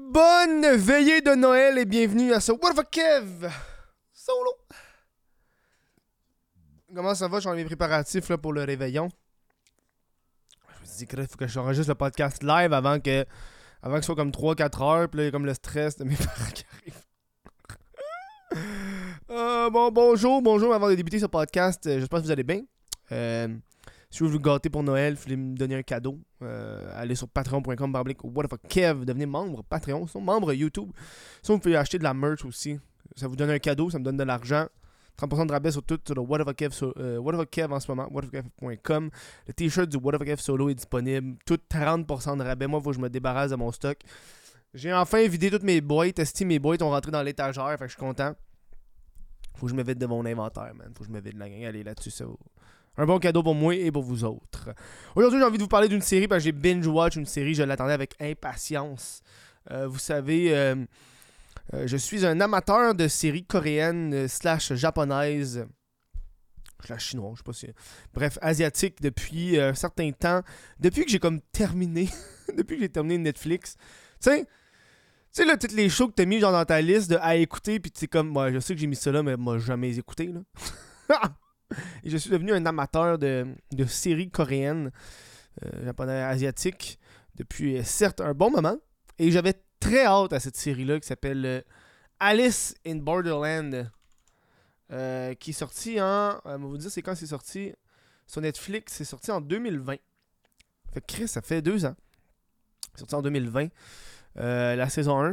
Bonne veillée de Noël et bienvenue à ce What the Kev solo. Comment ça va? Je suis dans mes préparatifs là, pour le réveillon. Je me suis dit qu'il faut que j'enregistre le podcast live avant que ce soit comme 3-4 heures. Puis là, il y a comme le stress de mes parents qui arrivent. Bonjour avant de débuter ce podcast. J'espère que vous allez bien. Si vous voulez vous gâter pour Noël, vous voulez me donner un cadeau, allez sur patreon.com/whatthefuckkev, devenez membre Patreon, sinon membre YouTube. Sinon vous pouvez acheter de la merch aussi. Ça vous donne un cadeau, ça me donne de l'argent. 30% de rabais sur tout, sur le whatthefuckkev en ce moment, whatthefuckkev.com. Le t-shirt du whatthefuckkev solo est disponible. Tout 30% de rabais. Moi, il faut que je me débarrasse de mon stock. J'ai enfin vidé toutes mes boîtes. Mes boîtes ont rentré dans l'étagère, fait que je suis content. Faut que je me vide de mon inventaire, man. Faut que je me vide de la gang. Allez, là-dessus, ça va. Un bon cadeau pour moi et pour vous autres. Aujourd'hui, j'ai envie de vous parler d'une série parce que j'ai binge-watch une série, je l'attendais avec impatience. Vous savez, je suis un amateur de séries coréennes / japonaises / chinois, je sais pas si... Bref, asiatiques depuis un certain temps. Depuis que j'ai comme terminé, depuis que j'ai terminé Netflix. Tu sais là, toutes les shows que t'as mis genre dans ta liste à écouter, puis tu sais comme, ouais, je sais que j'ai mis ça là, mais moi jamais écouté, là. Et je suis devenu un amateur de séries coréennes, japonaises, asiatiques, depuis certes un bon moment. Et j'avais très hâte à cette série-là qui s'appelle Alice in Borderland, qui est sortie en... on va vous dire c'est quand c'est sorti. Sur Netflix, c'est sorti en 2020. Fait que Chris, ça fait 2 ans. C'est sorti en 2020. La saison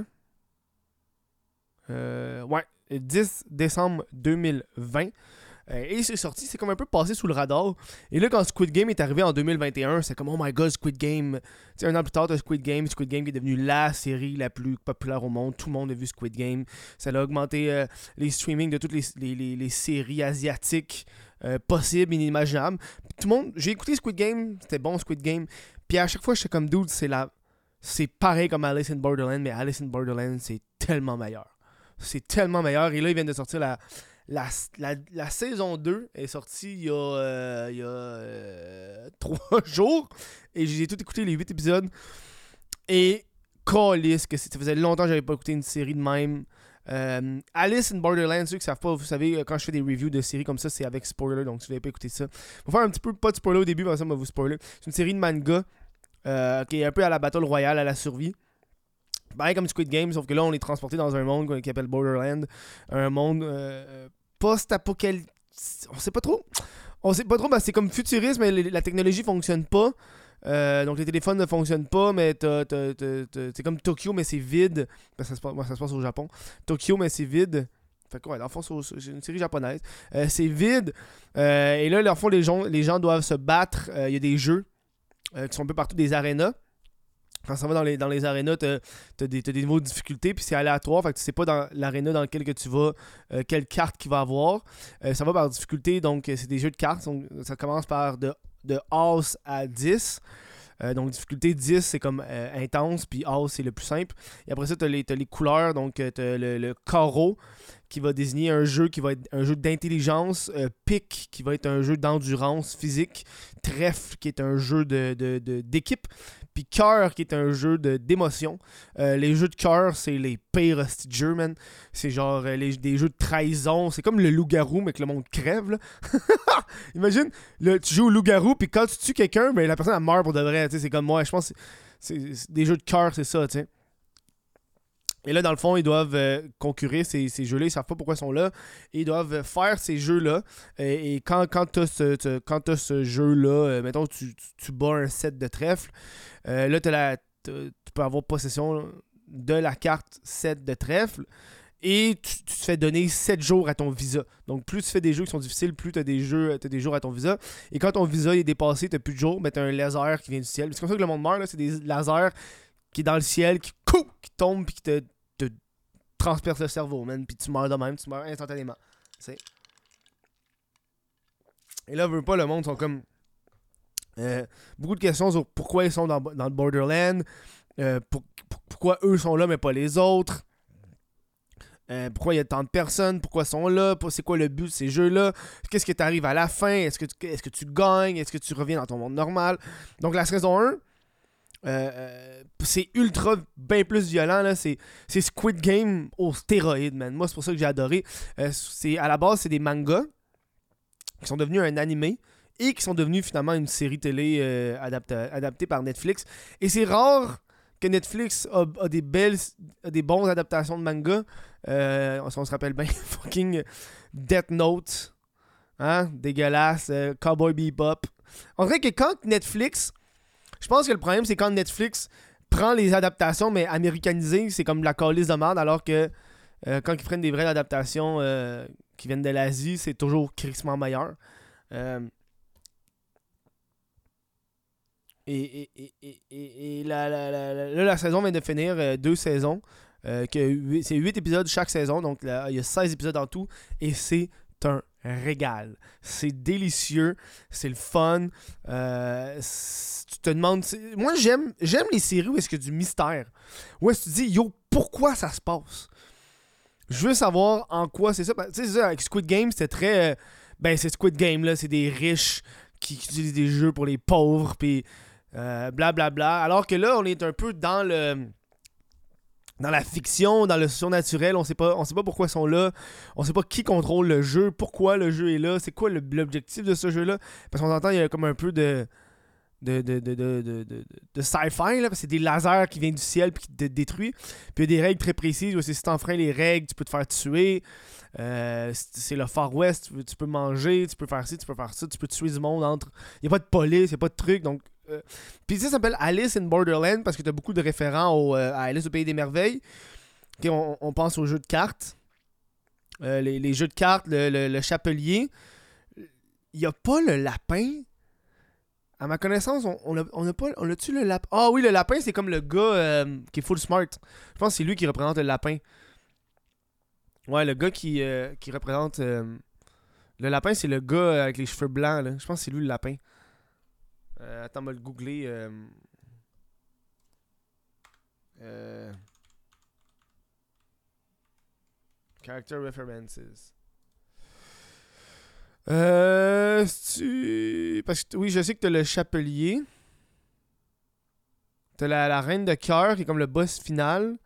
1. 10 décembre 2020. Et c'est sorti, c'est comme un peu passé sous le radar. Et là, quand Squid Game est arrivé en 2021, c'est comme, oh my god, Squid Game. Tu sais, un an plus tard, t'as Squid Game qui est devenu la série la plus populaire au monde. Tout le monde a vu Squid Game. Ça a augmenté les streamings de toutes les séries asiatiques possibles, inimaginables. Tout le monde, j'ai écouté Squid Game, c'était bon Squid Game. Puis à chaque fois, j'étais comme, dude, c'est pareil comme Alice in Borderland, mais Alice in Borderland, c'est tellement meilleur. C'est tellement meilleur. Et là, ils viennent de sortir la saison 2 est sortie il y a 3 jours. Et j'ai tout écouté, les 8 épisodes. Et calisse que ça faisait longtemps que j'avais pas écouté une série de même. Alice in Borderland, ceux qui savent pas, vous savez, quand je fais des reviews de séries comme ça, c'est avec spoiler, donc si vous n'avez pas écouté ça. On va faire un petit peu, pas de spoiler au début, parce que ça va vous spoiler. C'est une série de manga qui est un peu à la Battle Royale, à la survie. Pareil comme Squid Game, sauf que là, on est transporté dans un monde qui s'appelle Borderland. Un monde post-apocalyptique. On sait pas trop, ben c'est comme futuriste, mais la technologie fonctionne pas. Donc les téléphones ne fonctionnent pas, mais c'est comme Tokyo, mais c'est vide. Ça se passe au Japon. Tokyo, mais c'est vide. Fait que ouais, dans le fond, c'est une série japonaise. C'est vide. Et là, dans le fond, les gens doivent se battre. Il y a des jeux qui sont un peu partout, des arénas. Quand ça va dans les arénas, t'as des niveaux de difficulté, puis c'est aléatoire, fait que tu sais pas dans l'aréna dans lequel que tu vas, quelle carte qu'il va avoir. Ça va par difficulté, donc c'est des jeux de cartes. Donc, ça commence par de As à 10. Donc difficulté 10, c'est comme intense, puis As, c'est le plus simple. Et après ça, t'as les couleurs, donc t'as le carreau, qui va désigner un jeu qui va être un jeu d'intelligence, pique, qui va être un jeu d'endurance physique, trèfle, qui est un jeu d'équipe, puis cœur, qui est un jeu d'émotion. Les jeux de cœur, c'est les pires hosties de jeux, man. C'est genre des jeux de trahison. C'est comme le loup-garou, mais que le monde crève, là. Imagine, tu joues au loup-garou, puis quand tu tues quelqu'un, ben, la personne, elle meurt pour de vrai. C'est comme moi, je pense que c'est des jeux de cœur, c'est ça, tu sais. Et là, dans le fond, ils doivent concurrer ces jeux-là. Ils savent pas pourquoi ils sont là. Et ils doivent faire ces jeux-là. Et quand tu as ce jeu-là, mettons, tu bats un set de trèfle. Là, tu peux avoir possession de la carte set de trèfle. Et tu te fais donner 7 jours à ton visa. Donc, plus tu fais des jeux qui sont difficiles, plus tu as des jours à ton visa. Et quand ton visa est dépassé, tu n'as plus de jours, mais tu as un laser qui vient du ciel. C'est comme ça que le monde meurt. Là. C'est des lasers qui est dans le ciel, qui tombe, puis qui te transperce le cerveau, man. Puis tu meurs de même, tu meurs instantanément. T'sais. Et là, veux pas, le monde sont comme... beaucoup de questions sur pourquoi ils sont dans le Borderland. Pourquoi eux sont là, mais pas les autres. Pourquoi il y a tant de personnes, pourquoi ils sont là, c'est quoi le but de ces jeux-là, qu'est-ce que t'arrives à la fin, est-ce que tu gagnes, est-ce que tu reviens dans ton monde normal. Donc la saison 1, C'est ultra bien plus violent là. C'est Squid Game au stéroïde, man. Moi c'est pour ça que j'ai adoré. À la base c'est des mangas qui sont devenus un animé et qui sont devenus finalement une série télé adaptée par Netflix. Et c'est rare que Netflix a des bonnes adaptations de manga. Si on se rappelle bien, fucking Death Note, hein, dégueulasse, Cowboy Bebop. On dirait que quand Netflix, je pense que le problème c'est quand Netflix prend les adaptations mais américanisées, c'est comme de la calice de merde, alors que quand ils prennent des vraies adaptations qui viennent de l'Asie, c'est toujours crissement meilleur. Et la saison vient de finir, 2 saisons. C'est 8 épisodes chaque saison, donc il y a 16 épisodes en tout. Et c'est un régal. C'est délicieux, c'est le fun. Tu te demandes... Moi, j'aime les séries où est-ce qu'il y a du mystère. Où est-ce que tu dis, yo, pourquoi ça se passe? Je veux savoir en quoi c'est ça. Tu sais, c'est ça, avec Squid Game, c'était très... c'est Squid Game, là. C'est des riches qui utilisent des jeux pour les pauvres, puis blablabla. Alors que là, on est un peu dans la fiction, dans le surnaturel. On sait pas pourquoi ils sont là. On sait pas qui contrôle le jeu, pourquoi le jeu est là, c'est quoi l'objectif de ce jeu-là. Parce qu'on entend, il y a comme un peu de sci-fi, là, parce que c'est des lasers qui viennent du ciel et qui te détruisent. Puis il y a des règles très précises où si tu enfreins les règles, tu peux te faire tuer. C'est le Far West, tu peux manger, tu peux faire ci, tu peux faire ça, tu peux tuer du monde entre. Il n'y a pas de police, il n'y a pas de truc. Donc, puis ça s'appelle Alice in Borderland parce que tu as beaucoup de référents à Alice au Pays des Merveilles. Okay, on pense aux jeux de cartes. Les jeux de cartes, le chapelier. Il n'y a pas le lapin. À ma connaissance, on a-tu le lapin? Ah oui, le lapin, c'est comme le gars qui est full smart. Je pense que c'est lui qui représente le lapin. Ouais, le gars qui représente... le lapin, c'est le gars avec les cheveux blancs, là. Je pense que c'est lui le lapin. Attends, on va le googler. Character references. Parce que oui, je sais que t'as le chapelier. T'as la reine de cœur qui est comme le boss final.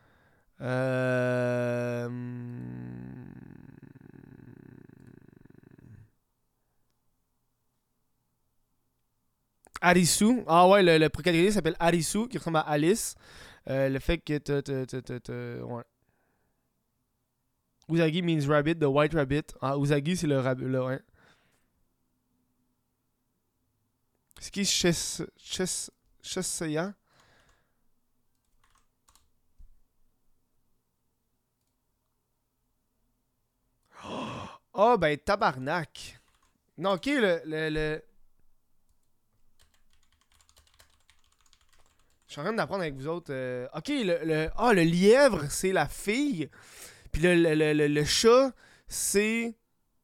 Arisu. Ah ouais, le protagoniste s'appelle Arisu, qui ressemble à Alice. Le fait que ouais. Usagi means rabbit, the white rabbit. Ah, Usagi, c'est le rabbit, ouais. C'est qui Chesaya? Oh, ben, tabarnak. Non, ok, le... Je suis en train d'apprendre avec vous autres. Ok, le lièvre, c'est la fille. Puis le chat, c'est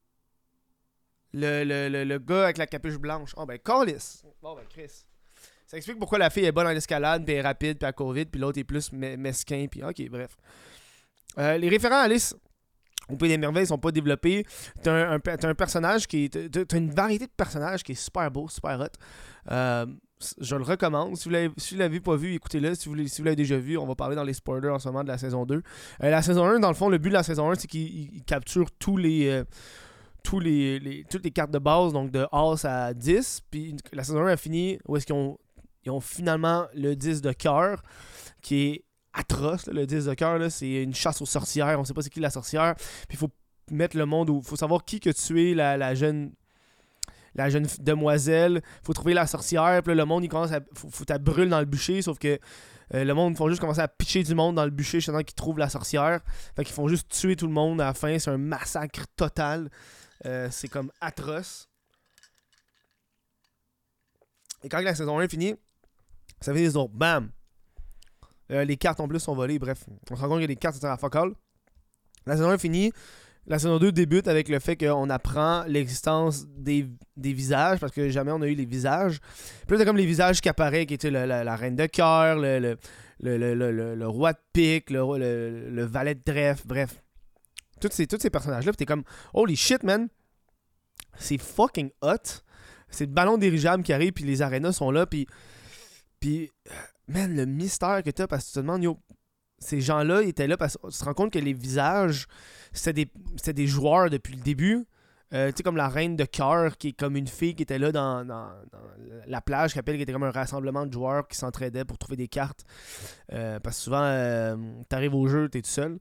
le gars avec la capuche blanche. Oh, ben, Carlis. Bon, ben, Chris. Ça explique pourquoi la fille est bonne en escalade, puis elle est rapide, puis elle court vite, puis l'autre est plus mesquin, puis ok, bref. Les référents à Alice au Pays des Merveilles sont pas développés. T'as un personnage qui est... T'as une variété de personnages qui est super beau, super hot. Je le recommande. Si vous l'avez pas vu, écoutez-le. Si vous l'avez déjà vu, on va parler dans les spoilers en ce moment de la saison 2. La saison 1, dans le fond, le but de la saison 1, c'est qu'il capture toutes les cartes de base, donc de As à 10. Puis la saison 1 a fini où est-ce qu'ils ont finalement le 10 de cœur, qui est atroce. Là, le 10 de cœur, là, c'est une chasse aux sorcières. On sait pas c'est qui la sorcière. Puis il faut mettre le monde où... Il faut savoir qui que tué la jeune demoiselle. Faut trouver la sorcière. Puis là, le monde, il commence à... Faut qu'elle brûle dans le bûcher. Sauf que le monde, ils font juste commencer à pitcher du monde dans le bûcher jusqu'à temps qu'ils trouvent la sorcière. Fait qu'ils font juste tuer tout le monde à la fin. C'est un massacre total. C'est comme atroce. Et quand la saison 1 est finie, ça fait des autres. Bam! Les cartes en plus sont volées. Bref, on se rend compte que les cartes sont à fuck all. La saison 1 est finie. La saison 2 débute avec le fait qu'on apprend l'existence des visages, parce que jamais on a eu les visages. Puis là, t'as comme les visages qui apparaissent, qui étaient la reine de cœur, le roi de pique, le valet de trèfle, bref. Tous ces personnages-là, puis t'es comme, holy shit, man! C'est fucking hot. C'est le ballon dirigeable qui arrive, puis les arénas sont là, puis Puis, man, le mystère que t'as, parce que tu te demandes, yo, ces gens-là, ils étaient là parce que tu te rends compte que les visages, c'était des joueurs depuis le début. Tu sais, comme la reine de cœur, qui est comme une fille qui était là dans la plage, qui était comme un rassemblement de joueurs qui s'entraidaient pour trouver des cartes. Parce que souvent, t'arrives au jeu, t'es tout seul.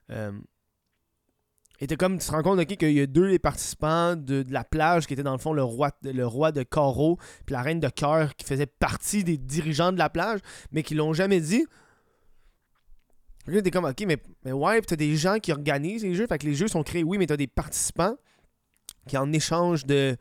Et t'es comme, tu te rends compte qu'il y a deux des participants de la plage qui étaient dans le fond le roi de carreau, puis la reine de cœur qui faisait partie des dirigeants de la plage, mais qui l'ont jamais dit. Là, t'es comme, ok, mais ouais, pis t'as des gens qui organisent les jeux, fait que les jeux sont créés, oui, mais t'as des participants qui en échange de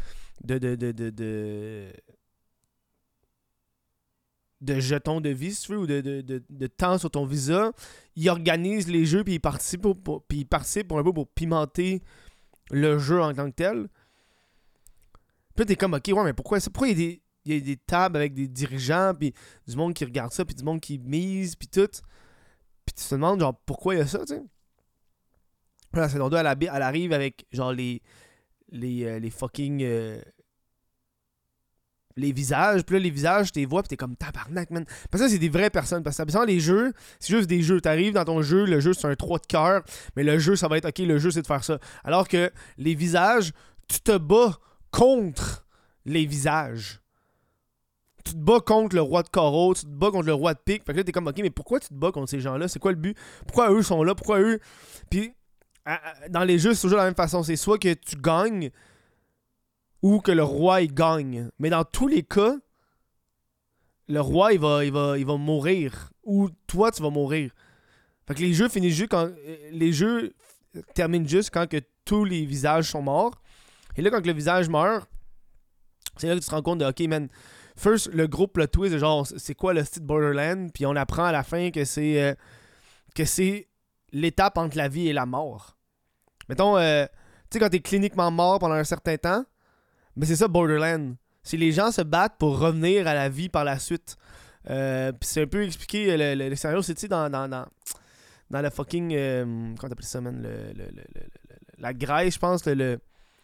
jetons de vie, si tu veux, ou de temps sur ton visa, ils organisent les jeux puis ils participent pour un peu pour pimenter le jeu en tant que tel. Puis là, t'es comme, ok, ouais, mais pourquoi il y a des tables avec des dirigeants, puis du monde qui regarde ça, puis du monde qui mise, puis tout. Puis tu te demandes, genre, pourquoi il y a ça, tu sais. Là, c'est donc elle arrive avec, genre, les fucking... les visages, puis là, les visages, tu les vois, puis t'es comme tabarnak, man. Parce que ça, c'est des vraies personnes. Parce que les jeux, c'est juste des jeux. T'arrives dans ton jeu, le jeu, c'est un 3 de cœur, mais le jeu, ça va être, ok, le jeu, c'est de faire ça. Alors que les visages, tu te bats contre les visages. Tu te bats contre le roi de carreau, tu te bats contre le roi de pique. Fait que là, t'es comme, ok, mais pourquoi tu te bats contre ces gens-là? C'est quoi le but? Pourquoi eux sont là? Pourquoi eux? Puis, dans les jeux, c'est toujours la même façon. C'est soit que tu gagnes, ou que le roi, il gagne. Mais dans tous les cas, le roi, il va mourir. Ou toi, tu vas mourir. Fait que les jeux finissent juste quand... Les jeux terminent juste quand que tous les visages sont morts. Et là, quand le visage meurt, c'est là que tu te rends compte de, ok, man, first, le gros plot twist, genre, c'est quoi le style Borderlands? Puis on apprend à la fin que c'est l'étape entre la vie et la mort. Mettons, tu sais, quand t'es cliniquement mort pendant un certain temps, mais c'est ça, Borderlands. C'est les gens se battent pour revenir à la vie par la suite. Puis c'est un peu expliqué, le scénario, c'est, tu sais, dans le fucking... comment t'appelles ça, man? La Grèce, je pense, le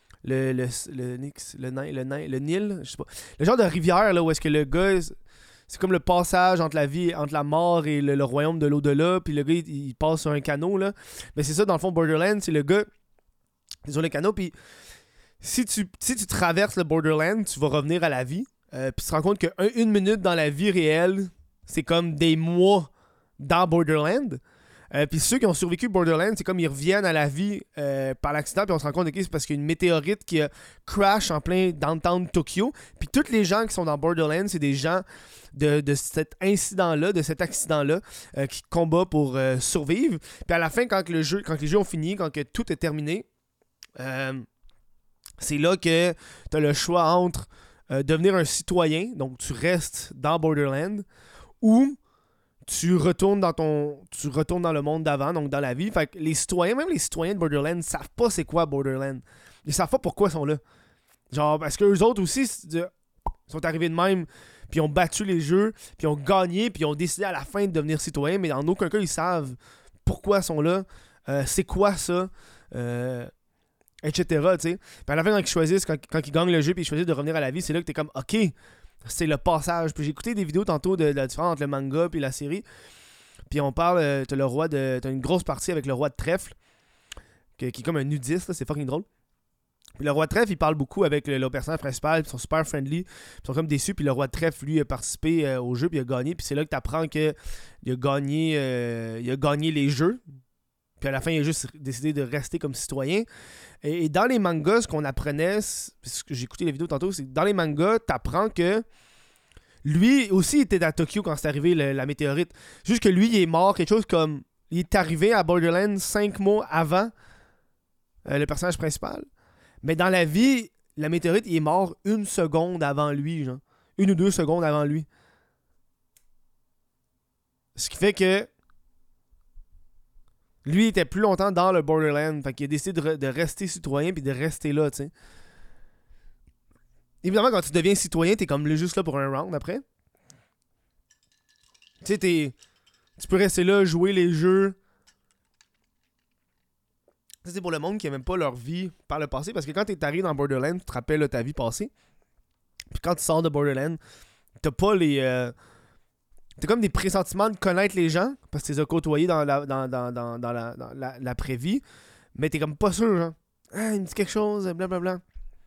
Nil, je sais pas. Le genre de rivière, là, où est-ce que le gars... C'est comme le passage entre la vie, entre la mort et le royaume de l'au-delà, puis le gars, il passe sur un canot, là. Mais c'est ça, dans le fond, Borderlands, c'est le gars qui est sur le canot, puis... Si tu traverses le Borderland, tu vas revenir à la vie. Puis tu te rends compte qu'une minute dans la vie réelle, c'est comme des mois dans Borderland. Puis ceux qui ont survécu Borderland, c'est comme ils reviennent à la vie par l'accident. Puis on se rend compte que c'est parce qu'il y a une météorite qui a crash en plein downtown Tokyo. Puis tous les gens qui sont dans Borderland, c'est des gens de cet incident-là, de cet accident-là, qui combattent pour survivre. Puis à la fin, quand les jeux ont fini, quand que tout est terminé, c'est là que tu as le choix entre devenir un citoyen, donc tu restes dans Borderland, ou tu retournes dans le monde d'avant, donc dans la vie. Fait que les citoyens, même les citoyens de Borderland, savent pas c'est quoi Borderland. Ils savent pas pourquoi ils sont là. Genre, parce qu'eux autres aussi sont arrivés de même, puis ont battu les jeux, puis ont gagné, puis ont décidé à la fin de devenir citoyens, mais en aucun cas ils savent pourquoi ils sont là, c'est quoi ça, etc. Puis à la fin, quand ils choisissent, quand ils gagnent le jeu puis ils choisissent de revenir à la vie, c'est là que t'es comme, ok, c'est le passage. Puis j'ai écouté des vidéos tantôt de la différence entre le manga et la série. Puis on parle, t'as une grosse partie avec le roi de trèfle, qui est comme un nudiste, là, c'est fucking drôle. Puis le roi de trèfle, il parle beaucoup avec le personnage principal, ils sont super friendly, ils sont comme déçus. Puis le roi de trèfle, lui, a participé au jeu, puis il a gagné. Puis c'est là que t'apprends qu'il a gagné les jeux. Puis à la fin, il a juste décidé de rester comme citoyen. Et dans les mangas, ce qu'on apprenait, parce que j'ai écouté la vidéo tantôt, c'est que dans les mangas, t'apprends que lui aussi était à Tokyo quand c'est arrivé la météorite. Juste que lui, il est mort, quelque chose comme... Il est arrivé à Borderlands 5 mois avant le personnage principal. Mais dans la vie, la météorite, il est mort 1 seconde avant lui, genre. 1 ou 2 secondes avant lui. Ce qui fait que lui, il était plus longtemps dans le Borderland. Fait qu'il a décidé de rester citoyen puis de rester là, tu sais. Évidemment, quand tu deviens citoyen, t'es comme juste là pour un round après. Tu sais, tu peux rester là, jouer les jeux. Ça, c'est pour le monde qui n'a même pas leur vie par le passé. Parce que quand t'es arrivé dans Borderland, tu te rappelles ta vie passée. Puis quand tu sors de Borderland, t'as pas les... t'as comme des pressentiments de connaître les gens, parce que tu les as côtoyés dans l'après-vie, mais t'es comme pas sûr, genre. Ah, il me dit quelque chose, blablabla.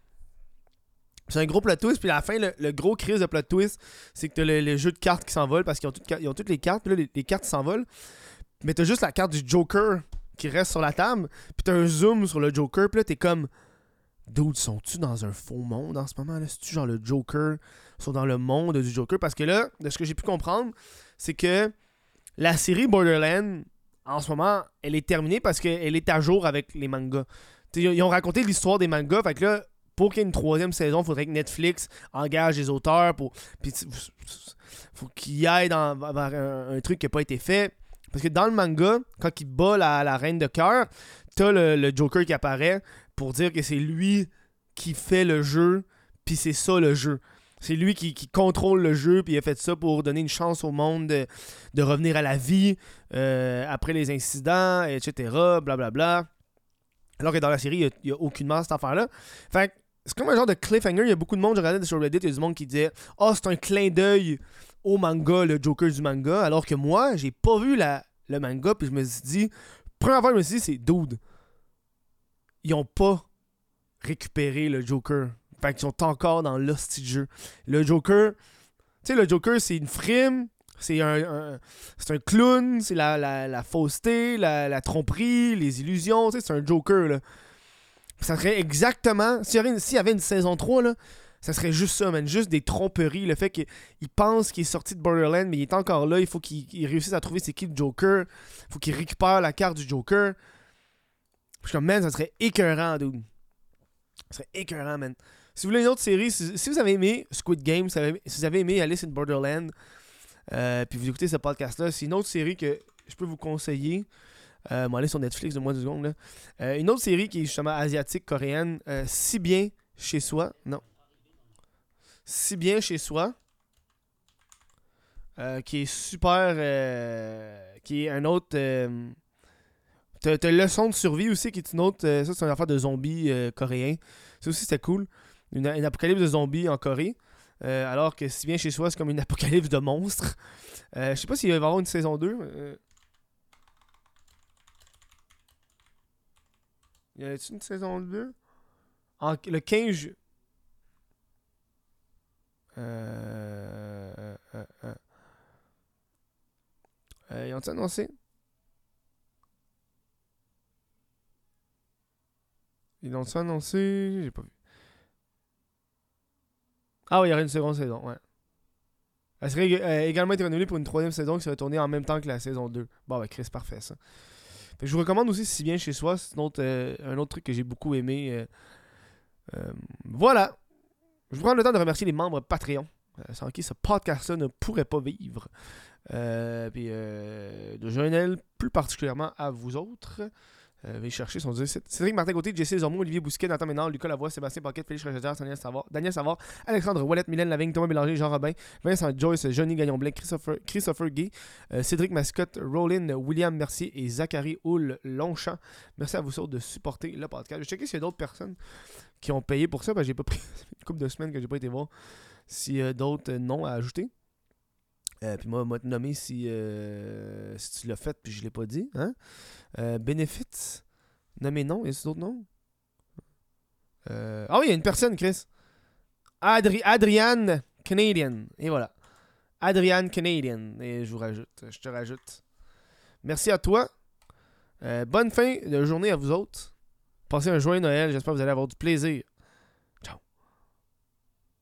C'est un gros plot twist, puis à la fin, le gros crise de plot twist, c'est que t'as le jeu de cartes qui s'envole, parce qu'ils ont toutes les cartes, puis là, les cartes s'envolent, mais t'as juste la carte du Joker qui reste sur la table, puis t'as un zoom sur le Joker, puis là, t'es comme... Dude, sont-tu dans un faux monde en ce moment, là? C'est-tu genre le Joker? Ils sont dans le monde du Joker? Parce que là, de ce que j'ai pu comprendre, c'est que la série Borderlands, en ce moment, elle est terminée parce qu'elle est à jour avec les mangas. T'sais, ils ont raconté l'histoire des mangas, fait que là, pour qu'il y ait une troisième saison, il faudrait que Netflix engage des auteurs pour. Puis faut qu'ils aillent vers un truc qui n'a pas été fait. Parce que dans le manga, quand il bat la reine de cœur, t'as le Joker qui apparaît pour dire que c'est lui qui fait le jeu, puis c'est ça le jeu. C'est lui qui contrôle le jeu, puis il a fait ça pour donner une chance au monde de revenir à la vie après les incidents, etc. Blablabla. Alors que dans la série, il n'y a aucunement cette affaire-là. Fait que c'est comme un genre de cliffhanger. Il y a beaucoup de monde, je regardais sur Reddit, il y a du monde qui disait « Ah, c'est un clin d'œil au manga, le Joker du manga. » Alors que moi, j'ai pas vu le manga, puis je me suis dit... Première fois, je me suis dit, c'est « Dude, ils ont pas récupéré le Joker. » Fait qu'ils sont encore dans l'hostie de jeu. Le Joker... Tu sais, le Joker, c'est une frime, c'est un clown, c'est la fausseté, la tromperie, les illusions, tu sais, c'est un Joker, là. Ça serait exactement... S'il y avait une saison 3, là, ça serait juste ça, man. Juste des tromperies. Le fait qu'il pense qu'il est sorti de Borderlands, mais il est encore là. Il faut qu'il réussisse à trouver c'est qui le Joker. Il faut qu'il récupère la carte du Joker. Je suis comme, man, ça serait écœurant, dude. Ça serait écœurant, man. Si vous voulez une autre série, si vous avez aimé Squid Game, si vous avez aimé Alice in Borderland, puis vous écoutez ce podcast-là, c'est une autre série que je peux vous conseiller. Bon, allez sur Netflix de moins de secondes. Là. Une autre série qui est justement asiatique, coréenne, Si bien chez soi. Non. Si bien chez soi. Qui est super. Qui est un autre. T'as Leçon de survie aussi, qui est une autre. Ça, c'est une affaire de zombies coréens. Ça aussi, c'était cool. Une apocalypse de zombies en Corée. Alors que Si bien chez soi, c'est comme une apocalypse de monstres. Je sais pas s'il va y avoir une saison 2. Y a-t-il une saison 2? Le 15 juin. Ils ont-ils annoncé? Ils l'ont-ils annoncé? J'ai pas vu. Ah oui, il y aurait une seconde saison, ouais. Elle serait également été renouvelée pour une troisième saison qui serait tournée en même temps que la saison 2. Bon, bah, Chris, parfait ça. Fait que je vous recommande aussi Si bien chez soi, c'est un autre truc que j'ai beaucoup aimé. Voilà. Je vous prends le temps de remercier les membres Patreon, sans qui ce podcast-là ne pourrait pas vivre. Puis de Joël, plus particulièrement à vous autres. Veuillez chercher son site. Cédric Martin Côté, Jesse Zormo, Olivier Bousquet, Nathan Ménard, Lucas Lavoie, Sébastien Paquette, Félix Rochester, Daniel Savard, Alexandre Ouellette, Mylène Lavigne, Thomas Bélanger, Jean Robin, Vincent Joyce, Johnny Gagnon-Blin, Christopher Gay, Cédric Mascotte, Rollin, William Mercier et Zachary Houle Longchamp. Merci à vous autres de supporter le podcast. Je vais checker s'il y a d'autres personnes qui ont payé pour ça. J'ai pas pris une couple de semaines que j'ai pas été voir s'il y a d'autres noms à ajouter. Puis moi te nommer si tu l'as fait puis je l'ai pas dit. Hein? Benefits. Nommé non. Y a-t-il d'autres noms? Ah oui, il y a une personne, Chris. Adrian Canadian. Et voilà. Adrian Canadian. Et je te rajoute. Merci à toi. Bonne fin de journée à vous autres. Passez un joyeux Noël. J'espère que vous allez avoir du plaisir